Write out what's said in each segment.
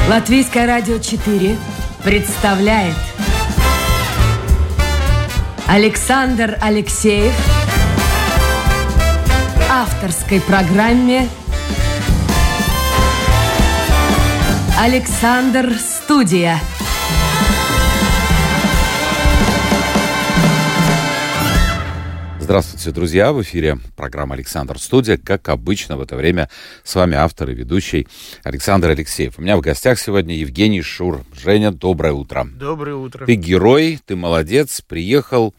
Латвийское радио 4 представляет Александр Алексеев в авторской программе «Александр Студия». Здравствуйте, друзья! В эфире программа «Александр Студия». Как обычно, в это время с вами автор и ведущий Александр Алексеев. У меня в гостях сегодня Евгений Шур. Женя, доброе утро. Доброе утро. Ты герой, ты молодец, приехал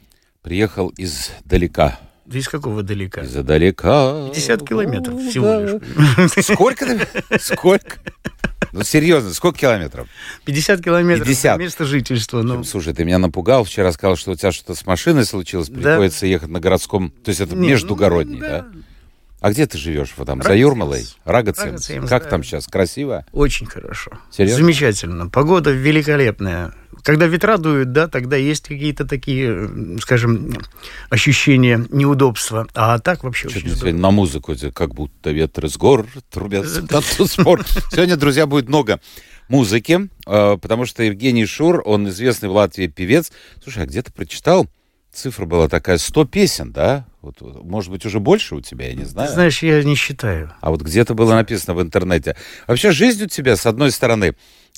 издалека. Из какого далека? Издалека. 50 километров всего лишь. Сколько? Ну, серьезно, сколько километров? 50 километров 50. Место жительства. Ну. Слушай, ты меня напугал. Вчера сказал, что у тебя что-то с машиной случилось. Приходится ехать на городском... То есть это междугородний, да? А где ты живешь? Вот там, за Юрмалой? Рагоцемс. Как там сейчас? Красиво? Очень хорошо. Серьезно? Замечательно. Погода великолепная. Когда ветра дуют, да, тогда есть какие-то такие, скажем, ощущения неудобства. А так вообще очень здорово. Сегодня на музыку, как будто ветры с гор трубят спор. Сегодня, друзья, будет много музыки, потому что Евгений Шур, он известный в Латвии певец. Слушай, а где-то прочитал, цифра была такая, 100 песен, да? Вот, может быть, уже больше у тебя, я не знаю. Ты знаешь, я не считаю. А вот где-то было написано в интернете. Вообще, жизнь у тебя, с одной стороны,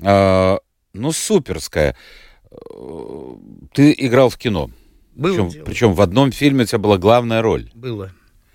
суперская. Ты играл в кино. Причем в одном фильме у тебя была главная роль. Было.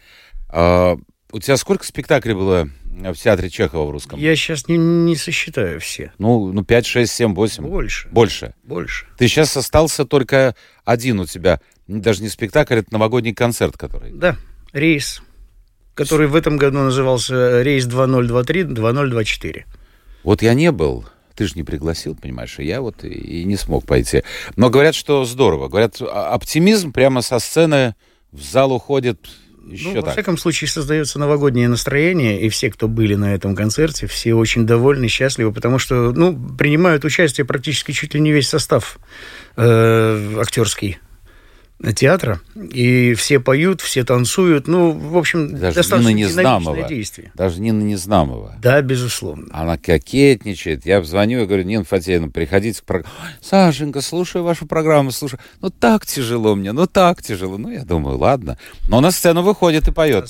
У тебя сколько спектаклей было в театре Чехова в русском? Я сейчас не сосчитаю все. 5, 6, 7, 8. Больше. Ты сейчас остался только один у тебя. Даже не спектакль, это новогодний концерт, который. Да, рейс. Который в этом году назывался рейс 2023-2024. Вот я не был. Ты же не пригласил, понимаешь, и я вот и не смог пойти. Но говорят, что здорово. Говорят, оптимизм прямо со сцены в зал уходит еще так. Во всяком случае, создается новогоднее настроение, и все, кто были на этом концерте, все очень довольны, счастливы, потому что, принимают участие практически чуть ли не весь состав актерский театра, и все поют, все танцуют, в общем, даже достаточно Нина динамичное действие. Даже Нина Незнамова. Да, безусловно. Она кокетничает. Я звоню и говорю: Нина Фатеевна, приходите к программе. Сашенька, слушаю вашу программу, слушаю. Так тяжело мне, так тяжело. Я думаю, ладно. Но на сцену выходит и поет.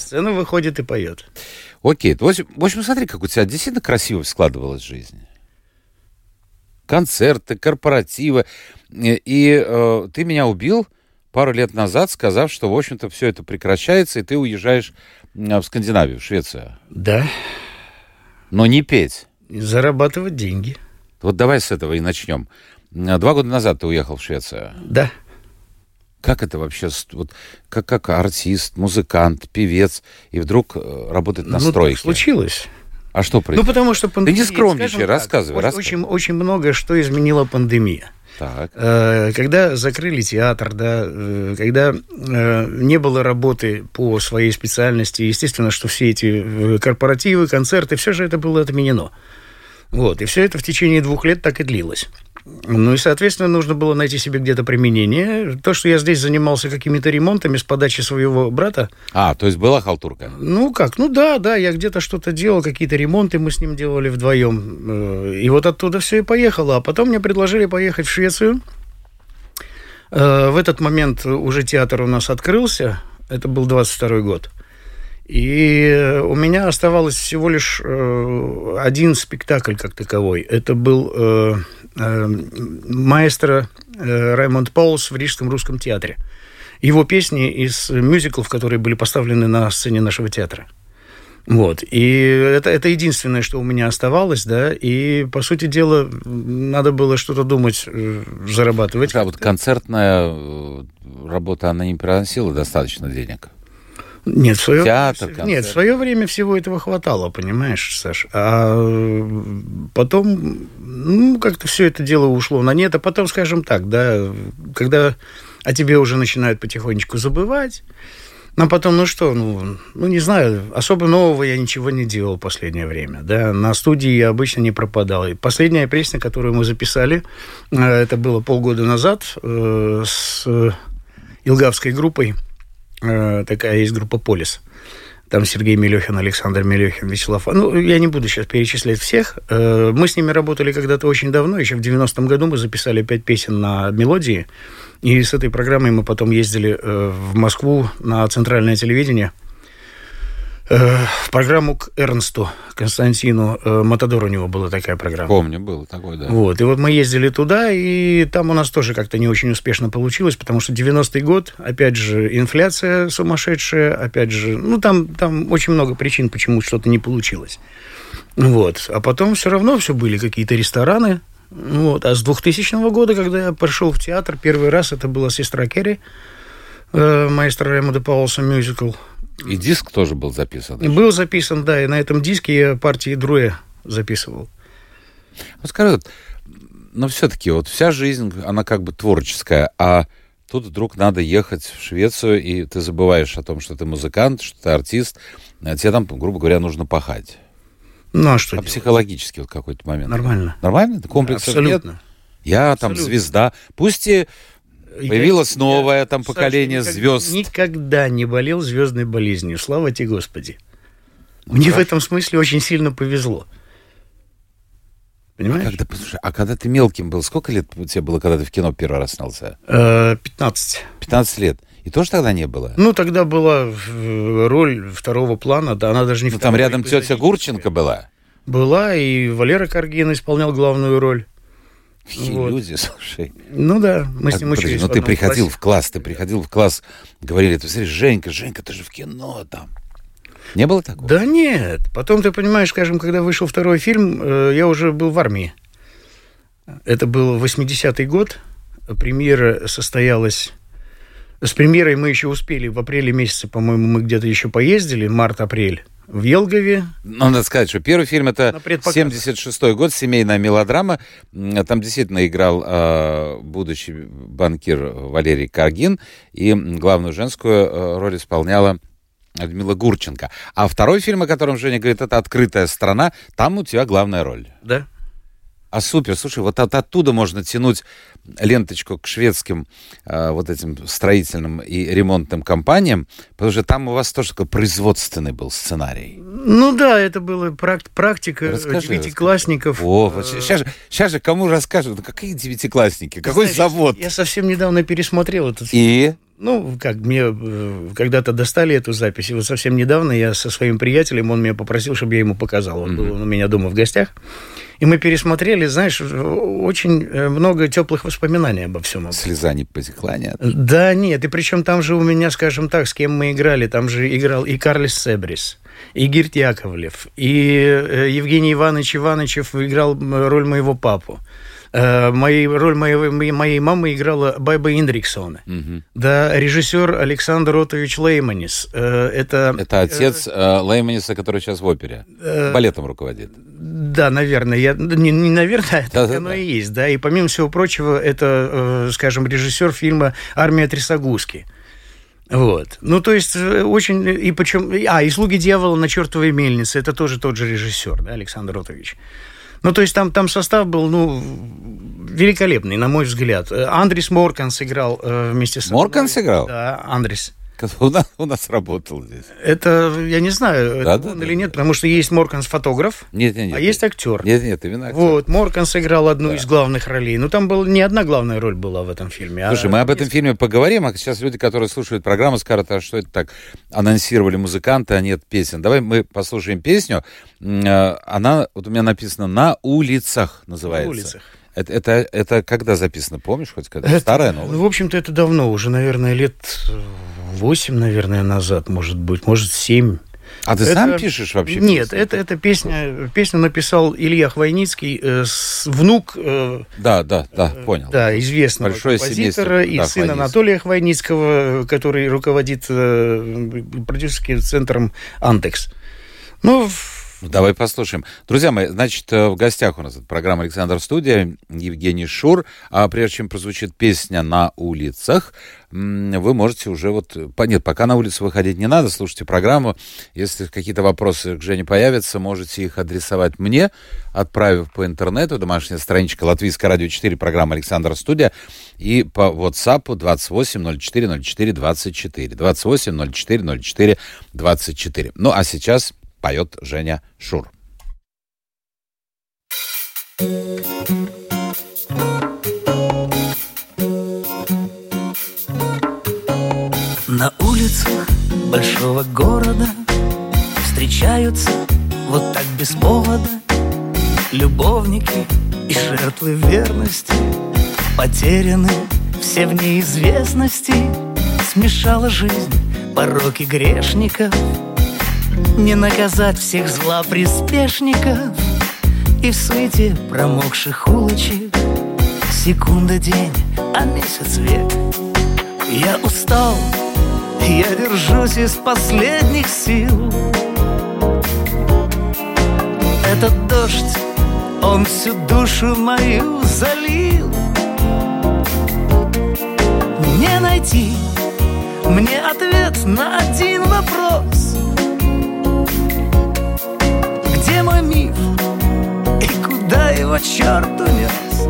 Окей. В общем, смотри, как у тебя действительно красиво складывалась жизнь. Концерты, корпоративы. И ты меня убил пару лет назад, сказав, что, в общем-то, все это прекращается, и ты уезжаешь в Скандинавию, в Швецию. Да. Но не петь. Зарабатывать деньги. Вот давай с этого и начнем. 2 года назад ты уехал в Швецию. Да. Как это вообще, как артист, музыкант, певец, и вдруг работать на стройке? Так случилось. А что происходит? Потому что пандемия... Ты не скромничай, рассказывай. Очень много что изменила пандемия. Так. Когда закрыли театр, да, когда не было работы по своей специальности, естественно, что все эти корпоративы, концерты, все же это было отменено. И все это в течение 2 лет так и длилось. И, соответственно, нужно было найти себе где-то применение. То, что я здесь занимался какими-то ремонтами с подачи своего брата. То есть была халтурка? Да, я где-то что-то делал, какие-то ремонты мы с ним делали вдвоем. И вот оттуда все и поехало. А потом мне предложили поехать в Швецию. В этот момент уже театр у нас открылся. Это был 22-й год. И у меня оставалось всего лишь один спектакль как таковой. Это был маэстро Раймонд Паулс в Рижском русском театре. Его песни из мюзиклов, которые были поставлены на сцене нашего театра. И это единственное, что у меня оставалось, да, и, по сути дела, надо было что-то думать, зарабатывать. Вот концертная работа, она не приносила достаточно денег? Нет, в свое время всего этого хватало, понимаешь, Саш. А потом, как-то все это дело ушло на нет. А потом, скажем так, да, когда о тебе уже начинают потихонечку забывать, а потом, не знаю, особо нового я ничего не делал в последнее время, да. На студии я обычно не пропадал. И последняя песня, которую мы записали, это было полгода назад, с Илгавской группой, такая есть группа «Полис». Там Сергей Мелехин, Александр Мелехин, Вячеслав... Ну, я не буду сейчас перечислять всех. Мы с ними работали когда-то очень давно. Еще в 90-м году мы записали 5 песен на мелодии. И с этой программой мы потом ездили в Москву на центральное телевидение. В программу к Эрнсту Константину. «Матадор» у него была такая программа. Помню, было такое, да. Вот. И вот мы ездили туда, и там у нас тоже как-то не очень успешно получилось, потому что 90-й год, опять же, инфляция сумасшедшая, опять же, ну, там очень много причин, почему что-то не получилось. Вот. А потом все равно все были какие-то рестораны. Вот. А с 2000 года, когда я пришел в театр, первый раз это была «Сестра Керри», маэстро Раймонда Паулса мюзикл. И диск тоже был записан? Был записан, да, и на этом диске я партии Друэ записывал. Вот скажи, но все-таки вот вся жизнь, она как бы творческая, а тут вдруг надо ехать в Швецию, и ты забываешь о том, что ты музыкант, что ты артист, а тебе там, грубо говоря, нужно пахать. Ну, а что делать? Психологически вот какой-то момент. Нормально. Нормально? Комплексов абсолютно. Нет? Я там звезда. Пусть и появилось новое там поколение звезд. Никогда не болел звездной болезнью. Слава тебе, Господи. Мне в этом смысле очень сильно повезло. Понимаешь? А когда ты мелким был, сколько лет тебе было, когда ты в кино первый раз снялся? 15. 15 лет. И тоже тогда не было? Ну, тогда была роль второго плана, да, она даже не там рядом тетя Гурченко была? Была, и Валера Каргин исполнял главную роль. Какие люди, слушай. Ну да, мы с ним учились. Ну ты приходил в класс, говорили, ты смотри, Женька, ты же в кино там. Не было такого? Да нет. Потом, ты понимаешь, скажем, когда вышел второй фильм, я уже был в армии. Это был 80-й год. Премьера состоялась... С премьерой мы еще успели. В апреле месяце, по-моему, мы где-то еще поездили. Март-апрель. В Елгове. Ну, надо сказать, что первый фильм это 76-й год, семейная мелодрама. Там действительно играл будущий банкир Валерий Каргин. И главную женскую роль исполняла Людмила Гурченко. А второй фильм, о котором Женя говорит, это «Открытая страна». Там у тебя главная роль. Да. А супер, слушай, вот оттуда можно тянуть ленточку к шведским вот этим строительным и ремонтным компаниям, потому что там у вас тоже такой производственный был сценарий. Ну да, это была практика девятиклассников. О, сейчас же кому расскажут? Ну, какие девятиклассники? Какой завод? Я совсем недавно пересмотрел этот фильм. Ну, как мне когда-то достали эту запись, и вот совсем недавно я со своим приятелем, он меня попросил, чтобы я ему показал. Он был у меня дома в гостях. И мы пересмотрели, знаешь, очень много теплых воспоминаний обо всем. Слеза не потекла, нет? Да, нет. И причем там же у меня, скажем так, с кем мы играли, там же играл и Карлис Себрис, и Гирт Яковлев, и Евгений Иванович Ивановичев играл роль моего папу. Роль моей мамы играла Байба Индриксона. Да, режиссер Александр Отович Лейманис. Это отец Лейманиса, который сейчас в опере. Балетом руководит. Да, наверное. Не наверное, это оно и есть. Да, и помимо всего прочего, это, скажем, режиссер фильма «Армия Трясогузки». Вот. Ну, то есть, очень... И причем... и «Слуги дьявола» на чертовой мельнице. Это тоже тот же режиссер, да, Александр Отович. Ну, то есть, там состав был, великолепный, на мой взгляд. Андрис Морканс играл вместе с... Морканс играл? Да, Андрис. У нас работал здесь. Это, я не знаю, он или нет, потому что есть Морканс фотограф, нет, а есть актер. Нет, именно актер. Вот, Морканс играл одну из главных ролей. Ну, там была не одна главная роль была в этом фильме. Слушай, мы об этом фильме поговорим, а сейчас люди, которые слушают программу, скажут, а что это так? Анонсировали музыканты, а нет песен. Давай мы послушаем песню. Она, вот у меня написано «На улицах» называется. На улицах. Это когда записано, помнишь хоть когда? Старая, новая? Ну, в общем-то, это давно, уже, наверное, лет 8, наверное, назад, может быть, может, 7. А ты сам пишешь вообще? Нет, это песню написал Илья Хвойницкий, внук... Да, понял. Да, известного композитора и сын Анатолия Хвойницкого, который руководит продюсерским центром «Антекс». Ну, Давай послушаем. Друзья мои, значит, в гостях у нас программа «Александр Студия», Евгений Шур. А прежде чем прозвучит песня «На улицах», вы можете уже Нет, пока на улицу выходить не надо, слушайте программу. Если какие-то вопросы к Жене появятся, можете их адресовать мне, отправив по интернету, домашняя страничка Латвийское радио 4, программа «Александр Студия», и по WhatsApp 28 04 04 24. 28 04 04 24. Ну, а сейчас поет Женя Шур. На улицах большого города встречаются вот так без повода любовники и жертвы верности. Потеряны все в неизвестности. Смешала жизнь пороки грешников. Не наказать всех зла приспешников. И в суете промокших улочек секунда день, а месяц век. Я устал, я держусь из последних сил. Этот дождь, он всю душу мою залил. Не найти мне ответ на один вопрос: где мой миф и куда его черт унес?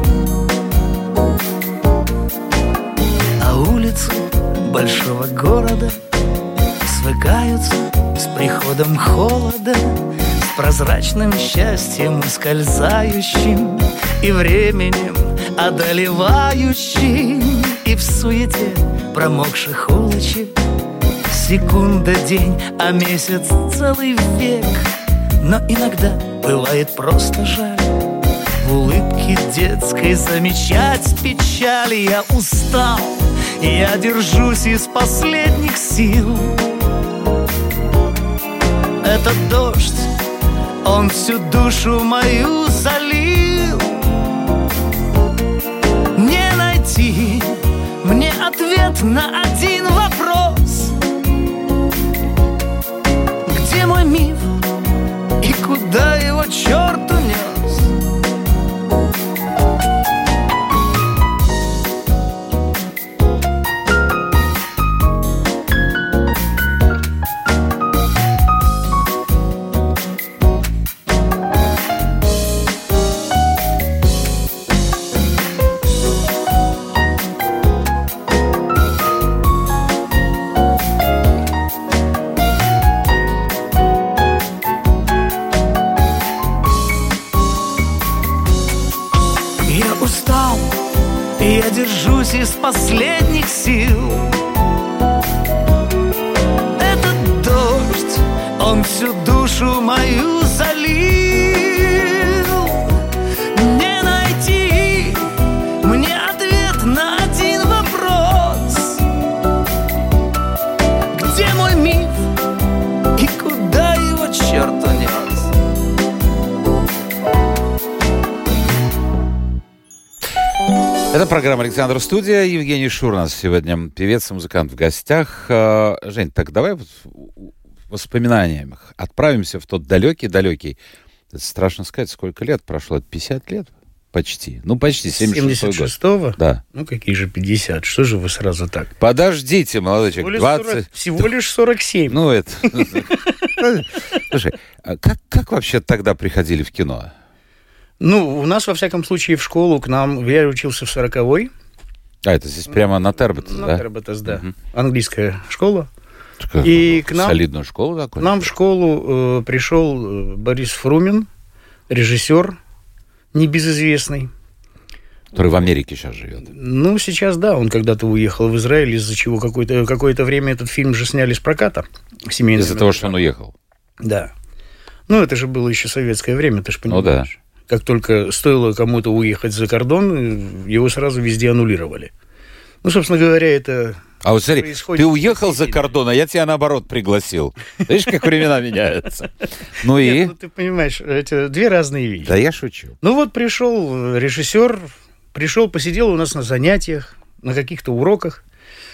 А улицы большого города свыкаются с приходом холода, с прозрачным счастьем ускользающим и временем одолевающим. И в суете промокших улочек секунда день, а месяц целый век. Но иногда бывает просто жаль в улыбке детской замечать печаль. Я устал, я держусь из последних сил. Этот дождь, он всю душу мою залил. Не найти мне ответ на один вопрос: где мой миф и куда его черт унес? Я держусь из последних сил. Этот дождь, он всю душу мою залил. Не найти мне ответ на один вопрос: где мой миф и куда его черт унес? Это программа «Александр Студия». Евгений Шур у нас сегодня, певец и музыкант в гостях. Жень, так давай воспоминаниями отправимся в тот далекий. Это страшно сказать, сколько лет прошло. Это 50 лет почти. Ну, почти, 76-го год. Да. Ну, какие же 50? Что же вы сразу так? Подождите, молодой человек. 20... Всего лишь 47. Ну, это... Слушай, как вообще тогда приходили в кино? Ну, у нас, во всяком случае, в школу к нам... Я учился в 40-й. А, это здесь прямо на Тербетес, да? На Тербетес, да. Угу. Английская школа. И к нам... Солидную школу закончил? К нам в школу пришел Борис Фрумин, режиссер небезызвестный. Который в Америке сейчас живет. Ну, сейчас, да. Он когда-то уехал в Израиль, из-за чего какое-то время этот фильм же сняли с проката. Из-за того, что он уехал? Да. Ну, это же было еще советское время, ты же понимаешь. Ну, да. Как только стоило кому-то уехать за кордон, его сразу везде аннулировали. Ну, собственно говоря, это... А вот смотри, ты уехал за кордон, а я тебя, наоборот, пригласил. Видишь, как времена меняются. Ну и... Нет, ну, ты понимаешь, это две разные вещи. Да я шучу. Ну вот пришел режиссер, посидел у нас на занятиях, на каких-то уроках.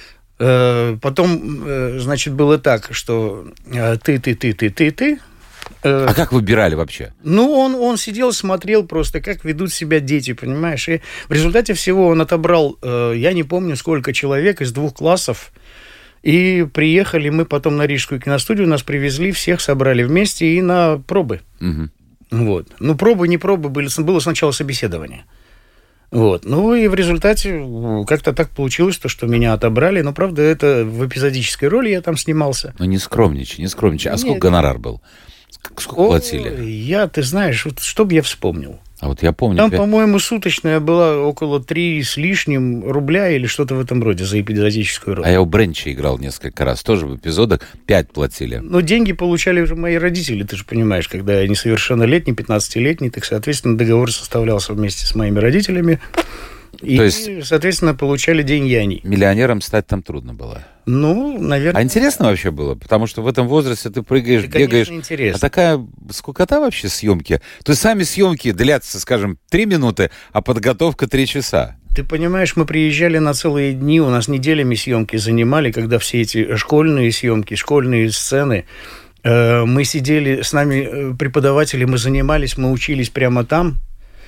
Потом, значит, было так, что ты, А как выбирали вообще? Ну, он сидел, смотрел просто, как ведут себя дети, понимаешь? И в результате всего он отобрал, я не помню, сколько человек из 2 классов. И приехали мы потом на Рижскую киностудию, нас привезли, всех собрали вместе и на пробы. Угу. Вот. Ну, пробы, не пробы, было сначала собеседование. Вот. Ну, и в результате как-то так получилось, что меня отобрали. Но, правда, это в эпизодической роли я там снимался. Ну, не скромничай. А сколько гонорар был? Сколько платили? Ты знаешь, вот, что бы я вспомнил. А вот я помню... Там, по-моему, суточная была около 3 с лишним рубля или что-то в этом роде за эпизодическую роль. А я у Бренча играл несколько раз. Тоже в эпизодах 5 платили. Но деньги получали уже мои родители, ты же понимаешь. Когда я несовершеннолетний, 15-летний, так, соответственно, договор составлялся вместе с моими родителями. И, соответственно, получали деньги они. Миллионером стать там трудно было? Ну, наверное. А интересно вообще было? Потому что в этом возрасте ты прыгаешь, это, бегаешь. Конечно, интересно. А такая скукота вообще съемки? То есть сами съемки длятся, скажем, 3 минуты, а подготовка 3 часа. Ты понимаешь, мы приезжали на целые дни, у нас неделями съемки занимали, когда все эти школьные съемки, школьные сцены. Мы сидели, с нами преподаватели, мы занимались, мы учились прямо там,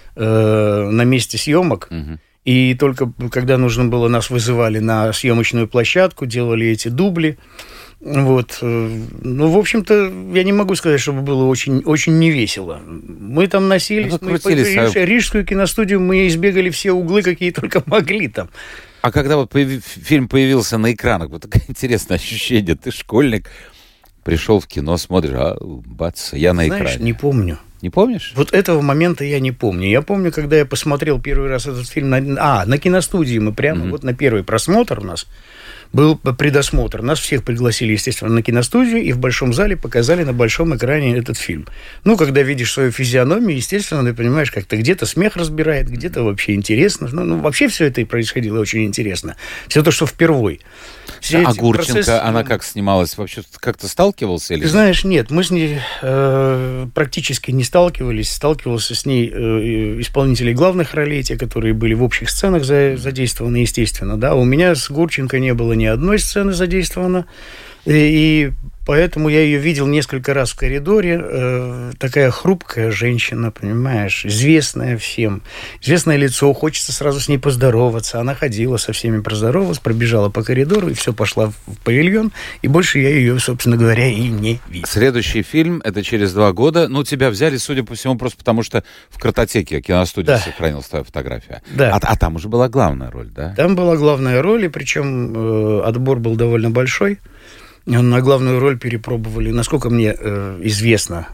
на месте съемок. Угу. И только когда нужно было, нас вызывали на съемочную площадку, делали эти дубли. Вот. Ну, в общем-то, я не могу сказать, чтобы было очень, очень невесело. Мы там носились, Рижскую киностудию, мы избегали все углы, какие только могли там. А когда вот фильм появился на экранах, вот такое интересное ощущение. Ты школьник, пришел в кино, смотришь, бац, я на экране. Знаешь, не помню. Не помнишь? Вот этого момента я не помню. Я помню, когда я посмотрел первый раз этот фильм на киностудии, мы прямо вот на первый просмотр у нас был предосмотр. Нас всех пригласили, естественно, на киностудию, и в большом зале показали на большом экране этот фильм. Ну, когда видишь свою физиономию, естественно, ты понимаешь, как-то где-то смех разбирает, где-то вообще интересно. Ну, вообще все это и происходило очень интересно. Все то, что впервой. А Гурченко, она как снималась? Вообще как-то сталкивался? Или... Ты знаешь, нет, мы с ней практически не сталкивались. Сталкивался с ней исполнители главных ролей, те, которые были в общих сценах задействованы, естественно. Да? У меня с Гурченко не было ни одной сцены задействовано. И поэтому я ее видел несколько раз в коридоре. Такая хрупкая женщина, понимаешь, известная всем. Известное лицо, хочется сразу с ней поздороваться. Она ходила со всеми, поздоровалась, пробежала по коридору, и все, пошла в павильон. И больше я ее, собственно говоря, и не видел. Следующий фильм, это через 2 года. Ну, тебя взяли, судя по всему, просто потому что в картотеке киностудии сохранилась твоя фотография. Да. А там уже была главная роль, да? Там была главная роль, и причем отбор был довольно большой. На главную роль перепробовали, насколько мне известно,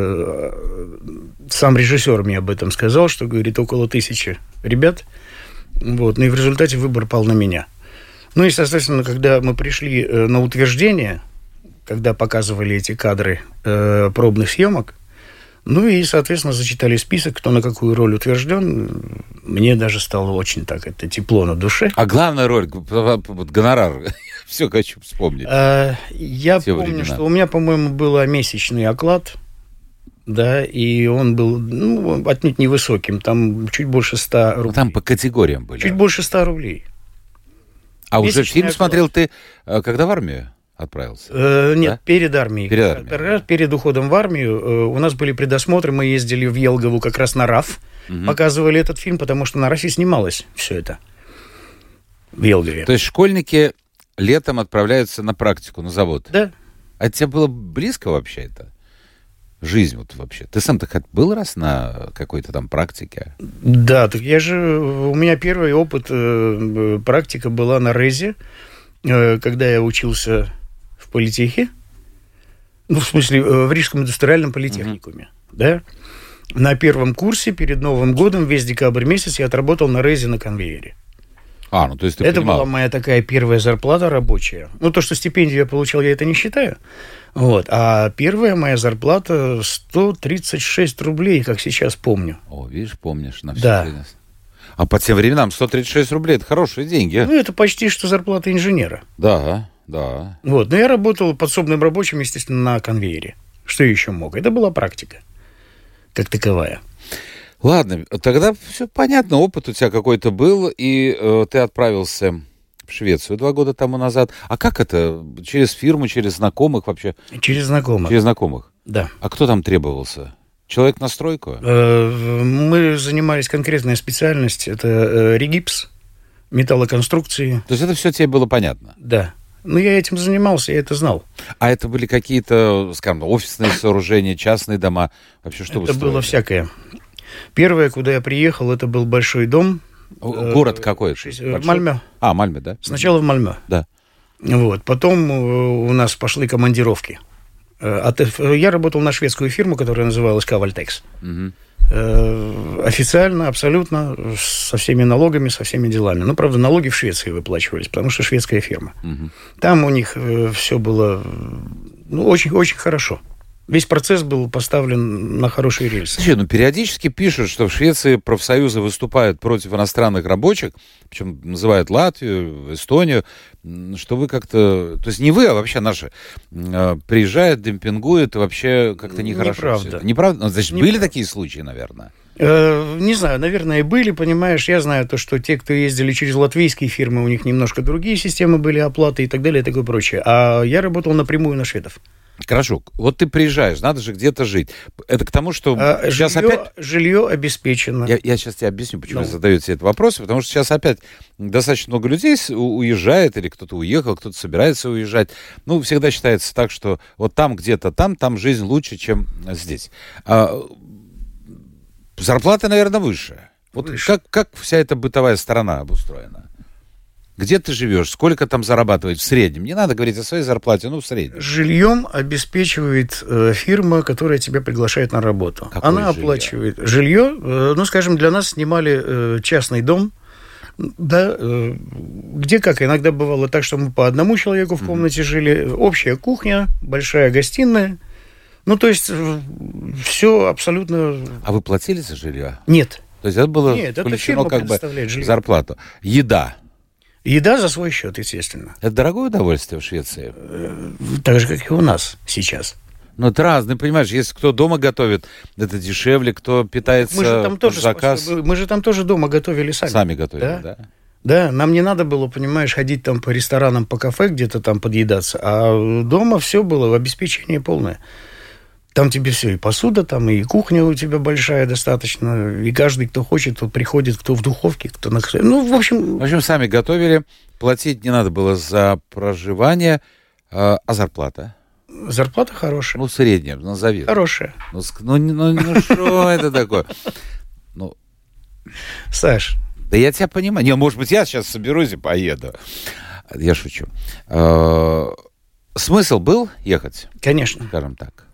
сам режиссер мне об этом сказал, что, говорит, около 1000 ребят. Вот, ну и в результате выбор пал на меня. Ну и, соответственно, когда мы пришли на утверждение, когда показывали эти кадры пробных съемок, ну и, соответственно, зачитали список, кто на какую роль утвержден. Мне даже стало очень так это тепло на душе. А главная роль, гонорар, все хочу вспомнить. Я помню, что у меня, по-моему, был месячный оклад, да, и он был, ну, отнюдь невысоким, там чуть больше 100 рублей. Там по категориям были. Чуть больше 100 рублей. А месячный уже фильм оклад смотрел ты, когда в армию отправился? Нет, да? перед армией. Перед уходом в армию у нас были предосмотры, мы ездили в Елгову как раз на РАФ, показывали этот фильм, потому что на РАФе снималось все это в Елгове. То есть школьники летом отправляются на практику, на завод? Да. А тебе было близко вообще это? Жизнь вот вообще. Ты сам-то был раз на какой-то там практике? Да, так у меня первый опыт, практика была на РЭЗе, когда я учился в политехе, ну, в смысле, в Рижском индустриальном политехникуме, да. На первом курсе перед Новым годом весь декабрь месяц я отработал на РЭЗе на конвейере. Ну, то есть ты это понимал. Была моя такая первая зарплата рабочая. Ну, то, что стипендию я получал, я это не считаю. Вот. А первая моя зарплата 136 рублей, как сейчас помню. О, видишь, помнишь на все. Да. А по тем временам 136 рублей – это хорошие деньги. Ну, это почти что зарплата инженера. Да, да. Вот. Но я работал подсобным рабочим, естественно, на конвейере. Что еще мог? Это была практика, как таковая. Ладно, тогда все понятно, опыт у тебя какой-то был, и ты отправился в Швецию 2 года тому назад. А как это? Через фирму, через знакомых вообще? Через знакомых. Через знакомых. Да. А кто там требовался? Человек на стройку? Мы занимались конкретной специальностью. Это регипс, металлоконструкции. То есть это все тебе было понятно? Да. Ну, я этим занимался, я это знал. А это были какие-то, скажем, офисные сооружения, частные дома? Вообще, что вы строили? Это было всякое. Первое, куда я приехал, это был большой дом. Город какой? Мальме. Мальме, да? Сначала в Мальме. Да. Вот. Потом у нас пошли командировки. Я работал на шведскую фирму, которая называлась Кавальтекс. Официально, абсолютно, со всеми налогами, со всеми делами. Ну, правда, налоги в Швеции выплачивались, потому что шведская фирма. Там у них все было очень-очень хорошо. Весь процесс был поставлен на хорошие рельсы. Слушай, периодически пишут, что в Швеции профсоюзы выступают против иностранных рабочих, причем называют Латвию, Эстонию, что вы как-то... То есть не вы, а вообще наши приезжают, демпингуют, и вообще как-то нехорошо. Неправда. Неправда? Значит, были такие случаи, наверное? Не знаю, наверное, и были, понимаешь. Я знаю то, что те, кто ездили через латвийские фирмы, у них немножко другие системы были оплаты и так далее, и такое прочее. А я работал напрямую на шведов. Хорошо. Вот ты приезжаешь, надо же где-то жить. Это к тому, что сейчас опять... Жилье обеспечено. Я сейчас тебе объясню, почему я задаю тебе этот вопрос. Потому что сейчас опять достаточно много людей уезжает, или кто-то уехал, кто-то собирается уезжать. Всегда считается так, что вот там где-то там жизнь лучше, чем здесь. Зарплата, наверное, выше. Вот как вся эта бытовая сторона обустроена? Где ты живешь? Сколько там зарабатывать в среднем? Не надо говорить о своей зарплате, в среднем. Жильем обеспечивает фирма, которая тебя приглашает на работу. Какое Она оплачивает жилье. Скажем, для нас снимали частный дом, да, где как. Иногда бывало так, что мы по одному человеку в комнате жили. Общая кухня, большая гостиная. То есть все абсолютно... А вы платили за жилье? Нет. То есть это было включено как бы зарплату. Еда за свой счет, естественно. Это дорогое удовольствие в Швеции? Так же, как и у нас сейчас. Это разные, понимаешь, если кто дома готовит, это дешевле, кто питается под заказ. Мы же там тоже дома готовили сами. Сами готовили, да? Да, нам не надо было, понимаешь, ходить там по ресторанам, по кафе, где-то там подъедаться, а дома все было, обеспечение полное. Там тебе все, и посуда, там и кухня у тебя большая достаточно, и каждый, кто хочет, тот приходит, кто в духовке, кто на... В общем, сами готовили, платить не надо было за проживание, а зарплата? Зарплата хорошая. Средняя, назови. Хорошая. Что это такое? Саш. Да я тебя понимаю. Может быть, я сейчас соберусь и поеду. Я шучу. Смысл был ехать? Конечно. Скажем так.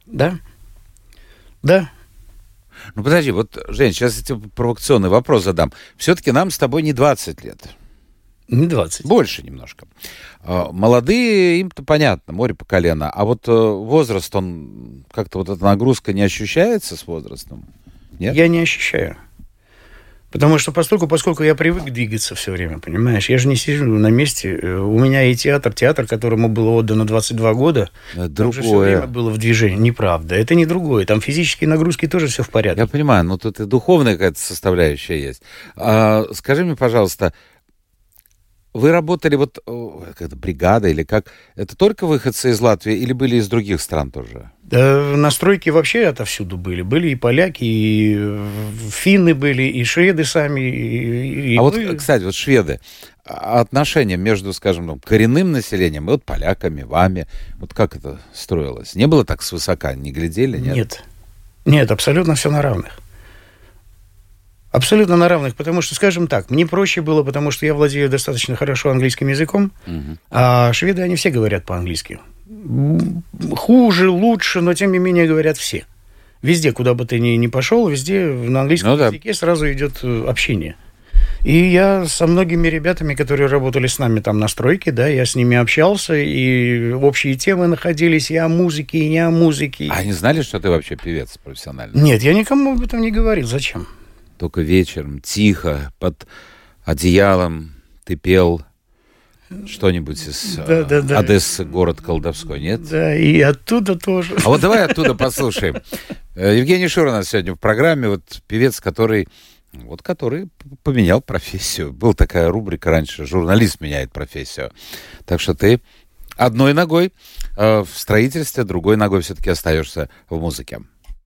Да. Подожди, Жень, сейчас я тебе провокационный вопрос задам. Все-таки нам с тобой не 20 лет. Не 20. Больше немножко. Молодые, им-то понятно, море по колено. А возраст, он как-то эта нагрузка не ощущается с возрастом? Нет? Я не ощущаю. Потому что поскольку я привык двигаться все время, понимаешь, я же не сижу на месте. У меня и театр, которому было отдано 22 года, там же все время было в движении. Неправда, это не другое. Там физические нагрузки тоже все в порядке. Я понимаю, но тут и духовная какая-то составляющая есть. Скажи мне, пожалуйста, вы работали как-то бригада или как? Это только выходцы из Латвии или были из других стран тоже? На стройке вообще отовсюду были. Были и поляки, и финны были, и шведы сами. Кстати, шведы. Отношения между, скажем, коренным населением и поляками, вами, как это строилось? Не было так свысока? Не глядели, нет? Нет, абсолютно все на равных. Абсолютно на равных, потому что, скажем так, мне проще было, потому что я владею достаточно хорошо английским языком, а шведы, они все говорят по-английски. Хуже, лучше, но тем не менее говорят все. Везде, куда бы ты ни пошел, везде на английском языке сразу идет общение. И я со многими ребятами, которые работали с нами там на стройке, я с ними общался, и общие темы находились и о музыке, и не о музыке. А они знали, что ты вообще певец профессиональный? Нет, я никому об этом не говорил. Зачем? Только вечером, тихо, под одеялом ты пел что-нибудь из Одессы, город колдовской, нет? Да, и оттуда тоже. А давай оттуда послушаем. Евгений Шур у нас сегодня в программе, певец, который поменял профессию. Была такая рубрика раньше, журналист меняет профессию. Так что ты Одной ногой в строительстве, другой ногой все-таки остаешься в музыке.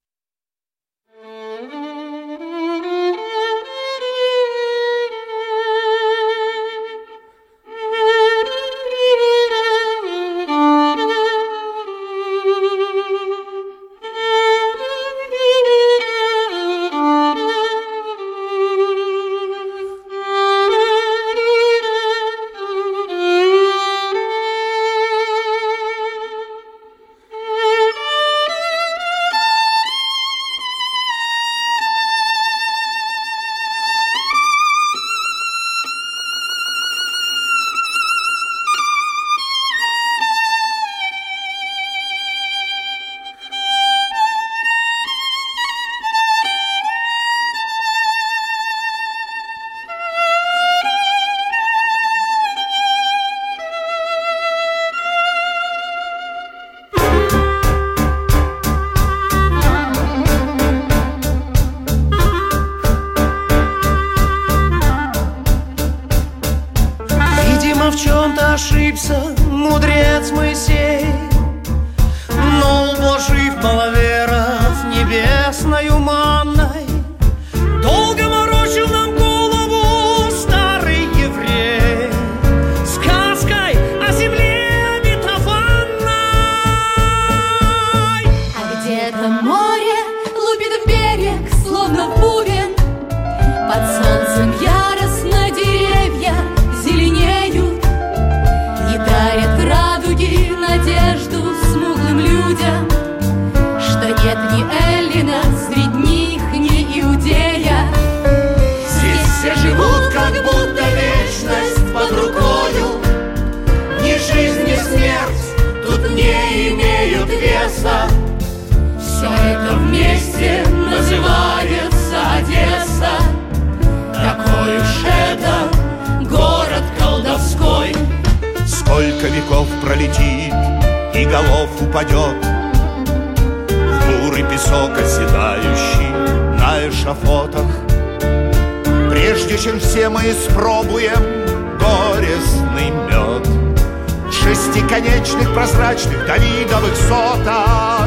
Ошибся мудрец Моисей, но уложив маловеров небесною манной, долго морочил нам голову старый еврей сказкой о земле обетованной. А где-то море лупит в берег, словно в бубен, под солнцем яростно деревья зеленеют. Дарят к радуге надежду смуглым людям, что нет ни Эллина среди них, ни Иудея. Здесь все живут, как будто вечность под рукою, ни жизнь, ни смерть тут не имеют веса. Все это вместе называется Одесса. Такой уж это город колдовской. Сколько веков пролетит и голов упадет в бурый песок, оседающий на эшафотах, прежде чем все мы испробуем горестный мед в шестиконечных прозрачных давидовых сотах.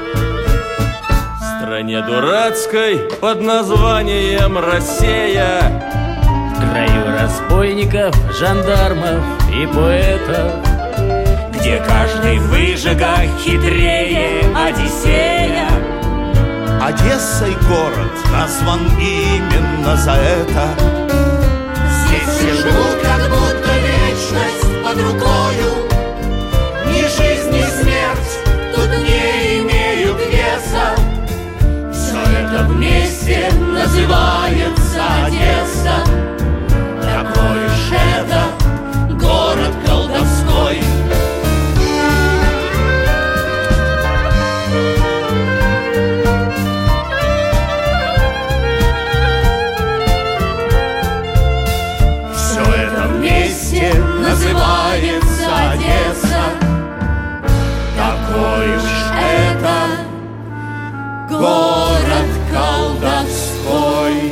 В стране дурацкой под названием Россия, в краю разбойников, жандармов и поэтов, где каждый выжига хитрее Одиссея. Одессой город назван именно за это. Здесь все живут, как будто вечность под рукою, ни жизнь, ни смерть тут не имеют веса. Все это вместе называется Одесса. Такой уж это город колдовской. Все это вместе называется Одесса. Такой уж это город колдовской.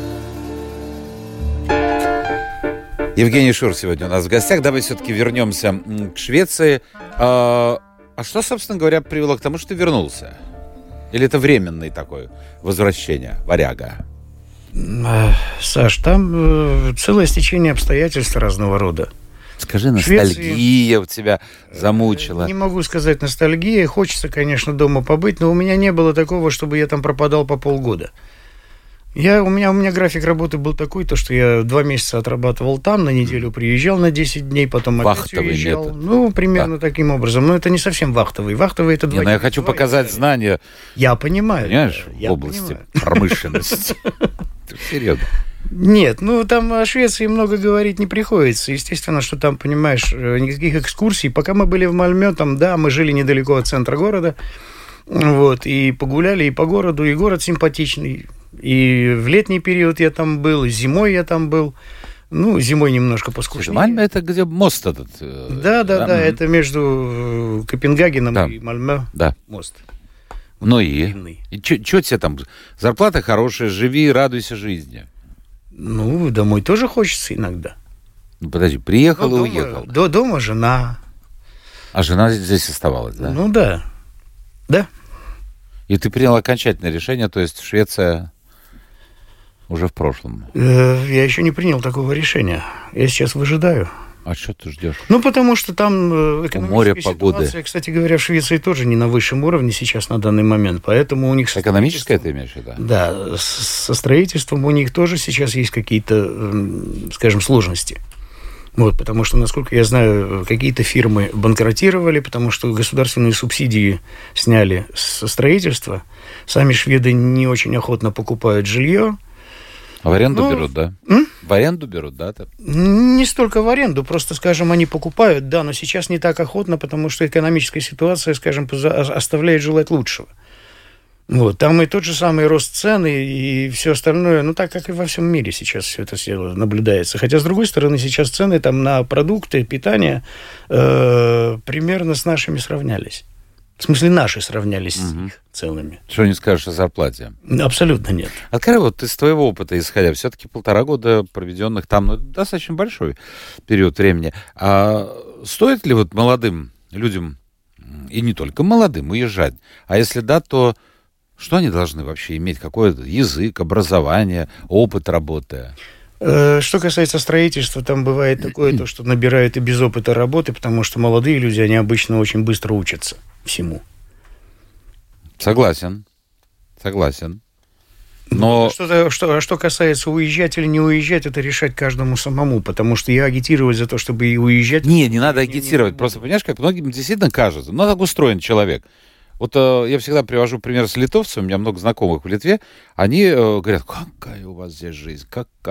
Евгений Шур сегодня у нас в гостях. Давай все-таки вернемся к Швеции. А что, собственно говоря, привело к тому, что ты вернулся? Или это временное такое возвращение, варяга? Саш, там целое стечение обстоятельств разного рода. Скажи, ностальгия у тебя замучила. Не могу сказать ностальгия. Хочется, конечно, дома побыть, но у меня не было такого, чтобы я там пропадал по полгода. У меня график работы был такой, то, что я 2 месяца отрабатывал там, на неделю приезжал на 10 дней, потом опять уезжал. Метод. Ну, примерно таким образом. Но это не совсем вахтовый. Вахтовый — это 2 дня. Я хочу показать знания. Я понимаю. Понимаешь, в области промышленности. Серьезно. Нет, там о Швеции много говорить не приходится. Естественно, что там, понимаешь, никаких экскурсий. Пока мы были в Мальмё, там, да, мы жили недалеко от центра города. Вот, и погуляли и по городу, и город симпатичный. И в летний период я там был, и зимой я там был. Ну, зимой немножко поскучнее. Мальмё — это где мост этот? Да, это между Копенгагеном и Мальмё. Да. Мост. Ну и что тебе там? Зарплата хорошая, живи, радуйся жизни. Ну, домой тоже хочется иногда. Ну, подожди, приехал и уехал. Дома жена. А жена здесь оставалась, да? Ну да. Да. И ты принял окончательное решение, то есть Швеция уже в прошлом? Я еще не принял такого решения. Я сейчас выжидаю. А что ты ждешь? Ну, потому что там экономическая погоды. ситуация, кстати говоря, в Швеции тоже не на высшем уровне сейчас на данный момент, поэтому у них... Экономическое ты имеешь в виду? Да, со строительством у них тоже сейчас есть какие-то, скажем, сложности. Вот, потому что, насколько я знаю, какие-то фирмы банкротировали, потому что государственные субсидии сняли со строительства. Сами шведы не очень охотно покупают жилье. А в аренду берут, да? В аренду берут, да? Не столько в аренду, просто, скажем, они покупают, да, но сейчас не так охотно, потому что экономическая ситуация, скажем, оставляет желать лучшего. Вот, там и тот же самый рост цен, и все остальное, ну, так как и во всем мире сейчас все это наблюдается. Хотя, с другой стороны, сейчас цены там на продукты, питание примерно с нашими сравнялись. В смысле, наши сравнялись с их ценами. Что не скажешь о зарплате? Абсолютно нет. Открой, вот из твоего опыта исходя, все-таки 1,5 года проведенных там, ну, достаточно большой период времени. А стоит ли вот молодым людям, и не только молодым, уезжать? А если да, то что они должны вообще иметь? Какой язык, образование, опыт работы? Что касается строительства, там бывает такое, то, что набирают и без опыта работы, потому что молодые люди, они обычно очень быстро учатся всему. Согласен. Но... Что касается уезжать или не уезжать, это решать каждому самому, потому что я агитировать за то, чтобы и уезжать... Не надо агитировать. Просто, понимаешь, как многим действительно кажется, ну, так устроен человек. Вот я всегда привожу пример с литовцами, у меня много знакомых в Литве, они говорят, какая у вас здесь жизнь.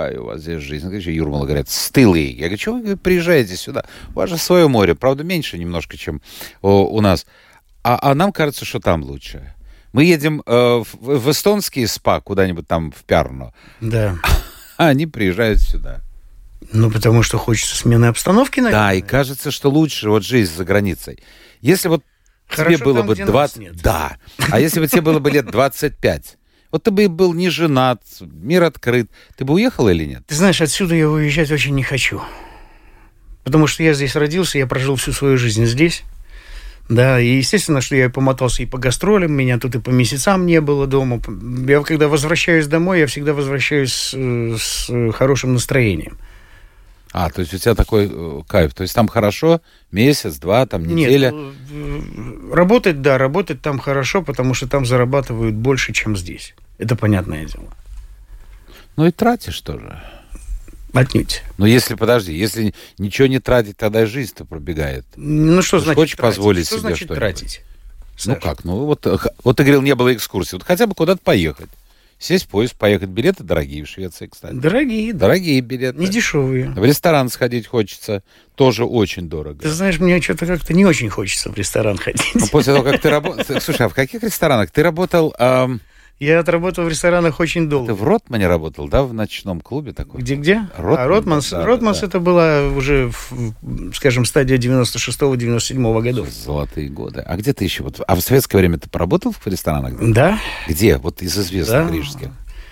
Юрмала говорят, стылые. Я говорю, что вы приезжаете сюда? У вас же свое море, правда, меньше немножко, чем у нас. А нам кажется, что там лучше. Мы едем в эстонский СПА, куда-нибудь там в Пярну. Да. А они приезжают сюда. Ну, потому что хочется смены обстановки, наверное. Да, и кажется, что лучше вот жизнь за границей. Если вот хорошо тебе было там, бы 20... Да. А если бы тебе было бы лет 25, вот ты бы был не женат, мир открыт, ты бы уехал или нет? Ты знаешь, отсюда я уезжать очень не хочу. Потому что я здесь родился, я прожил всю свою жизнь здесь. Да, и естественно, что я помотался и по гастролям, меня тут и по месяцам не было дома. Я когда возвращаюсь домой, я всегда возвращаюсь с хорошим настроением. А, то есть у тебя такой кайф. То есть там хорошо, месяц, два, там неделя? Нет, работать там хорошо, потому что там зарабатывают больше, чем здесь. Это понятное дело. Ну и тратишь тоже. Отнюдь. Но если ничего не тратить, тогда и жизнь-то пробегает. Ну что значит хочешь тратить? позволить что себе значит что-нибудь? Тратить? Ну как, вот ты говорил, не было экскурсий. Вот хотя бы куда-то поехать. Сесть в поезд, поехать. Билеты дорогие в Швеции, кстати. Дорогие. Дорогие билеты. Не дешевые. В ресторан сходить хочется. Тоже очень дорого. Ты знаешь, мне что-то как-то не очень хочется в ресторан ходить. Ну, после того, как ты работал... Слушай, а в каких ресторанах? Ты работал... Я отработал в ресторанах очень долго. Ты в Ротмане работал, да, в ночном клубе такой? Где? Ротманс. Да, Ротманс это была уже, скажем, стадия 96-97 годов. Золотые годы. А где ты еще? А в советское время ты поработал в ресторанах? Да. Где? Вот из известных рижских.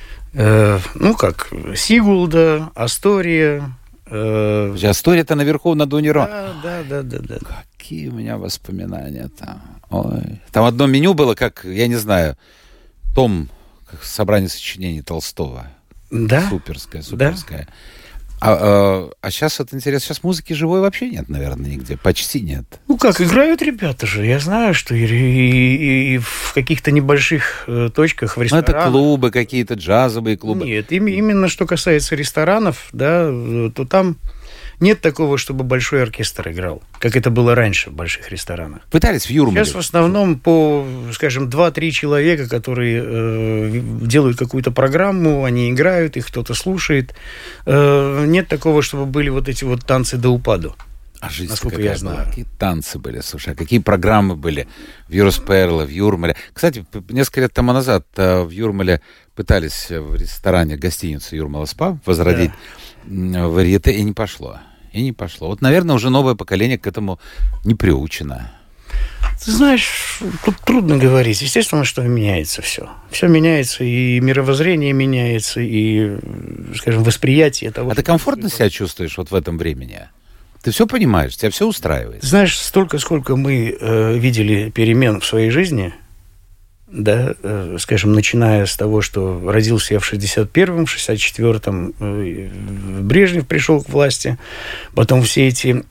Сигулда, Астория. Астория-то наверху на Дуне-Рон. Да. Какие у меня воспоминания там. Ой. Там одно меню было, как, я не знаю, том, собрание сочинений Толстого. Да. Суперское. Да. А сейчас вот интересно, сейчас музыки живой вообще нет, наверное, нигде. Почти нет. Ну как, играют ребята же. Я знаю, что и в каких-то небольших точках, в ресторанах. Ну, это клубы какие-то, джазовые клубы. Нет, именно что касается ресторанов, да, то там нет такого, чтобы большой оркестр играл, как это было раньше в больших ресторанах. Пытались в Юрмале. Сейчас в основном по, скажем, 2-3 человека, которые делают какую-то программу, они играют, их кто-то слушает. Нет такого, чтобы были вот эти вот танцы до упаду. А жизнь насколько я знаю. Какие танцы были, слушай, а какие программы были в Юрсперле, в Юрмале. Кстати, несколько лет тому назад в Юрмале пытались в ресторане гостиницу Юрмала СПА возродить варьете, и не пошло. Вот, наверное, уже новое поколение к этому не приучено. Ты знаешь, тут трудно говорить. Естественно, что меняется все. Все меняется, и мировоззрение меняется, и, скажем, восприятие того. А ты комфортно себя чувствуешь вот в этом времени? Ты все понимаешь, тебя все устраивает. Знаешь, столько, сколько мы видели перемен в своей жизни, да, скажем, начиная с того, что родился я в 61-м, в 64-м Брежнев пришел к власти, потом все эти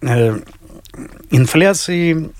инфляции,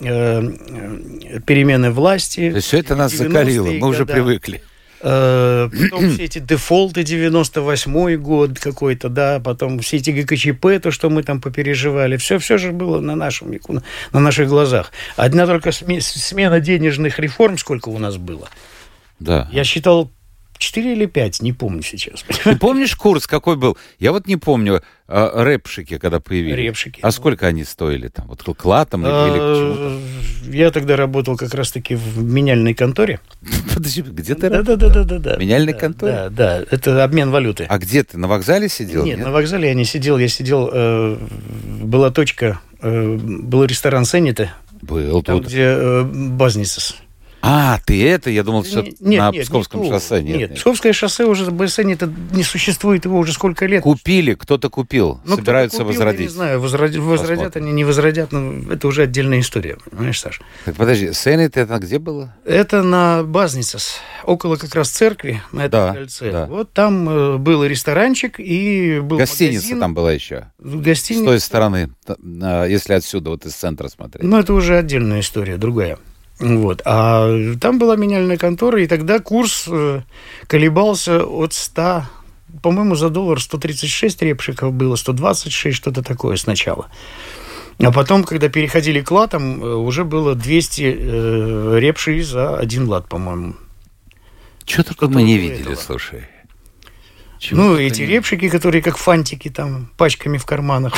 перемены власти. То есть все это нас закалило, мы уже привыкли. Потом все эти дефолты, 98-й год какой-то, да, потом все эти ГКЧП, то, что мы там попереживали, все же было на нашем веку, на наших глазах. Одна только смена денежных реформ, сколько у нас было. Да. Я считал 4 или 5, не помню сейчас. Ты помнишь курс, какой был? Я вот не помню, рэпшики, когда появились. Рэпшики. А сколько они стоили там? Вот клатом или к чему-то? Я тогда работал как раз-таки в меняльной конторе. Подожди, где ты работал? Да. В меняльной конторе? Да, это обмен валюты. А где ты, на вокзале сидел? Нет, на вокзале я не сидел. Я сидел, была точка, был ресторан Сеннита. Был там, тут. где Базницес. А, ты это? Я думал, все на Псковском шоссе. Нет, Псковское шоссе уже, БСН-то не существует его уже сколько лет. Купили, кто-то купил, собираются возродить. Я не знаю, возродят они, не возродят, но это уже отдельная история, понимаешь, Саша? Так, подожди, Сеннит это где было? Это на Базницес, около как раз церкви, на этом кольце. Да. Вот там был ресторанчик и был гостиница магазин. Там была еще. Гостиница. С той стороны, если отсюда, вот из центра смотреть. Ну, это уже отдельная история, другая. Вот. А там была меняльная контора, и тогда курс колебался от 100, по-моему, за доллар 136 репшиков было, 126, что-то такое сначала. А потом, когда переходили к латам, уже было 200 репшей за 1 лат, по-моему. Чего только мы не видели, слушай. Чего эти репшики, которые как фантики там, пачками в карманах.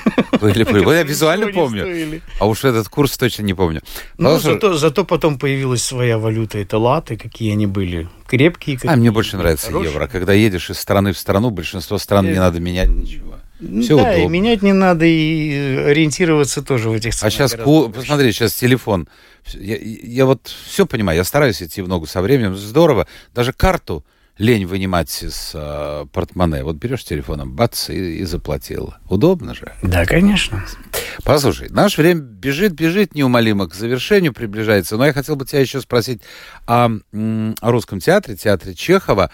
Я визуально помню. А уж этот курс точно не помню. Ну, зато потом появилась своя валюта. Это латы, какие они были. Крепкие. Мне больше нравится евро. Когда едешь из страны в страну, большинство стран не надо менять ничего. Все удобно. И менять не надо, и ориентироваться тоже в этих ценах. А сейчас, посмотри, сейчас телефон. Я вот все понимаю, я стараюсь идти в ногу со временем. Здорово. Даже карту лень вынимать из портмоне. Вот берешь телефоном, бац, и заплатил. Удобно же. Да, конечно. Послушай, наше время бежит неумолимо к завершению, приближается. Но я хотел бы тебя еще спросить о русском театре Чехова.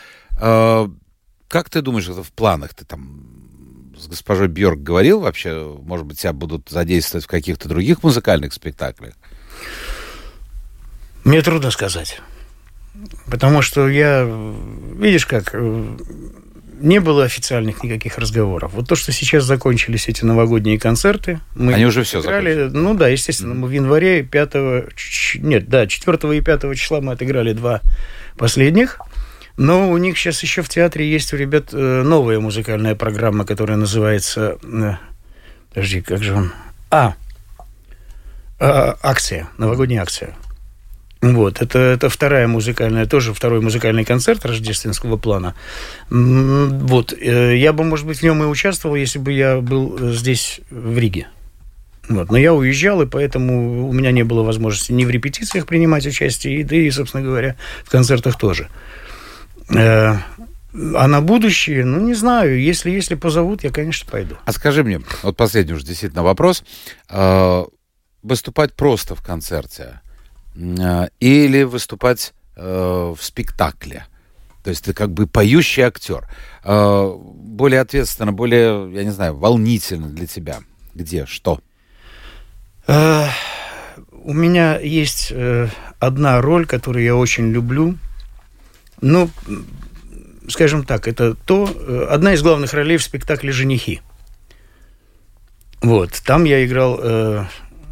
Как ты думаешь, это в планах? Ты там с госпожой Бьорк говорил вообще? Может быть, тебя будут задействовать в каких-то других музыкальных спектаклях? Мне трудно сказать. Потому что видишь как, не было официальных никаких разговоров. Вот то, что сейчас закончились эти новогодние концерты. Они уже все закончили? Ну да, естественно, мы в январе 4 и 5 числа мы отыграли 2 последних. Но у них сейчас еще в театре есть у ребят новая музыкальная программа, которая называется... Подожди, как же он? Акция, новогодняя акция. Вот, это второй музыкальный концерт рождественского плана. Вот, я бы, может быть, в нем и участвовал, если бы я был здесь, в Риге. Вот, но я уезжал, и поэтому у меня не было возможности ни в репетициях принимать участие, да и, собственно говоря, в концертах тоже. А на будущее, не знаю, если позовут, я, конечно, пойду. А скажи мне, вот последний уже действительно вопрос. Выступать просто в концерте или выступать в спектакле? То есть ты как бы поющий актер. Более ответственно, более, я не знаю, волнительно для тебя. Где? Что? У меня есть одна роль, которую я очень люблю. Скажем так, это одна из главных ролей в спектакле «Женихи». Вот, там я играл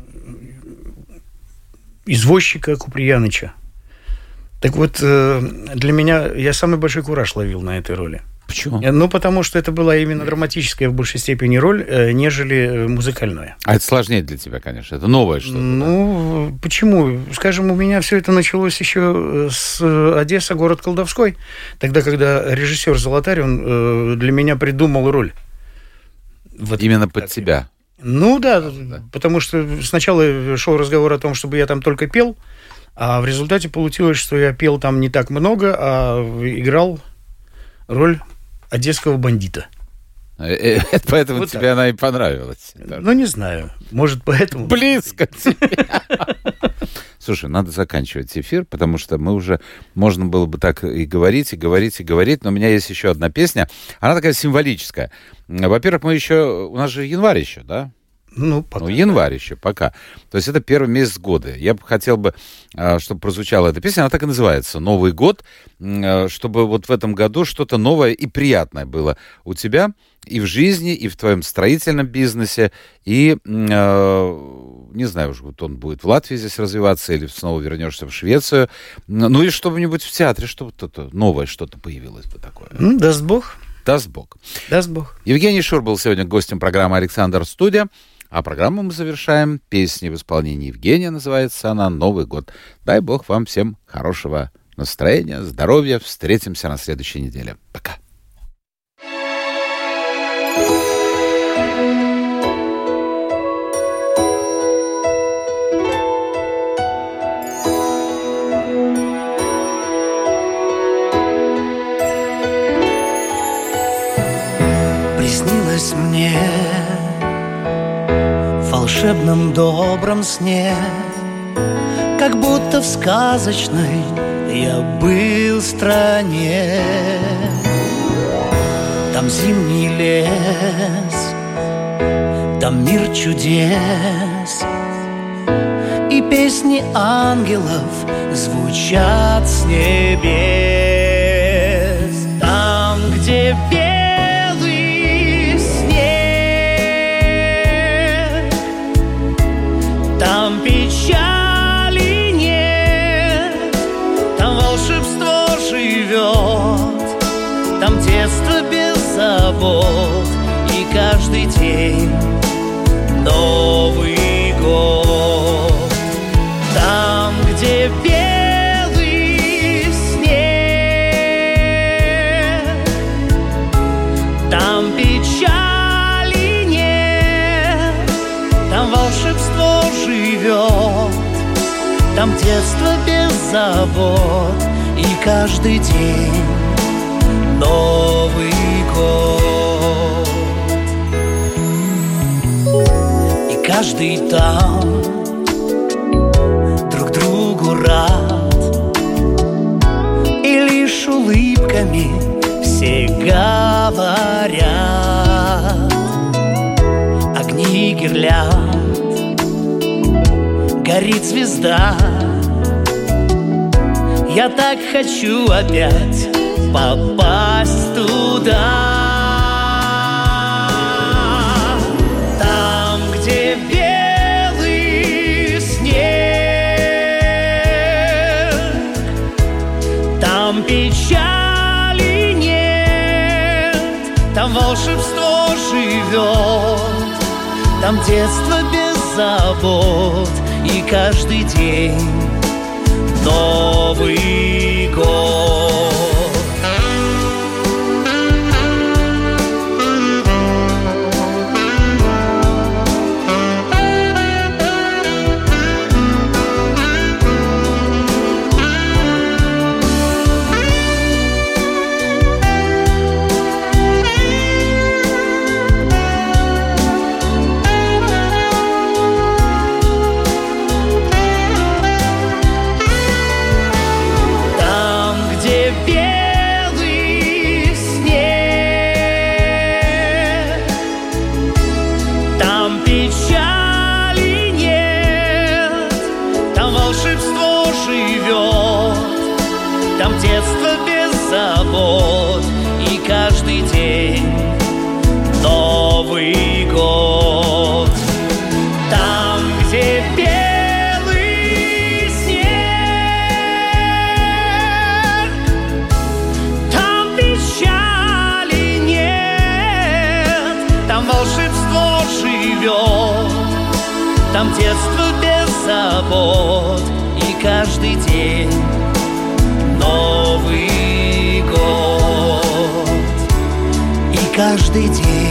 извозчика Куприяныча. Так вот, для меня, я самый большой кураж ловил на этой роли. Почему? Потому что это была именно драматическая в большей степени роль, нежели музыкальная. А это сложнее для тебя, конечно. Это новое что-то. Почему? Скажем, у меня все это началось еще с Одесса, город колдовской. Тогда, когда режиссер Золотарь, он для меня придумал роль. Вот именно под тебя? Да, потому что сначала шел разговор о том, чтобы я там только пел, а в результате получилось, что я пел там не так много, а играл роль одесского бандита. Поэтому тебе она и понравилась. Ну, не знаю. Может, поэтому... Близко тебе. Слушай, надо заканчивать эфир, потому что мы уже... Можно было бы так и говорить, но у меня есть еще одна песня. Она такая символическая. Во-первых, у нас же январь еще, да? Январь еще, пока. То есть это первый месяц года. Я бы хотел, чтобы прозвучала эта песня. Она так и называется «Новый год». Чтобы вот в этом году что-то новое и приятное было у тебя и в жизни, и в твоем строительном бизнесе. И, не знаю, уж вот он будет в Латвии здесь развиваться или снова вернешься в Швецию. Ну и что-нибудь в театре, что-то новое, что-то появилось бы такое. Даст Бог. Даст Бог. Даст Бог. Евгений Шур был сегодня гостем программы «Александр Студия». А программу мы завершаем песней в исполнении Евгения. Называется она «Новый год». Дай Бог вам всем хорошего настроения, здоровья. Встретимся на следующей неделе. Пока. Приснилось мне в волшебном добром сне, как будто в сказочной я был стране. Там зимний лес, там мир чудес, и песни ангелов звучат с небес. Там, где белый снег, там печали нет, там волшебство живет, там детство без забот, и каждый день Новый год. Там, где белый снег, там печали нет, там волшебство живет, там детство без забот, и каждый день Новый год. И каждый там друг другу рад, и лишь улыбками все говорят. Огни гирлянд, горит звезда, я так хочу опять попасть туда. Там, где белый снег, там печали нет, там волшебство живет, там детство без забот, и каждый день Новый год. Детство без забот, и каждый день Новый год. Там, где белый снег, там печали нет, там волшебство живет, там детство без забот, и каждый день Новый год, и каждый день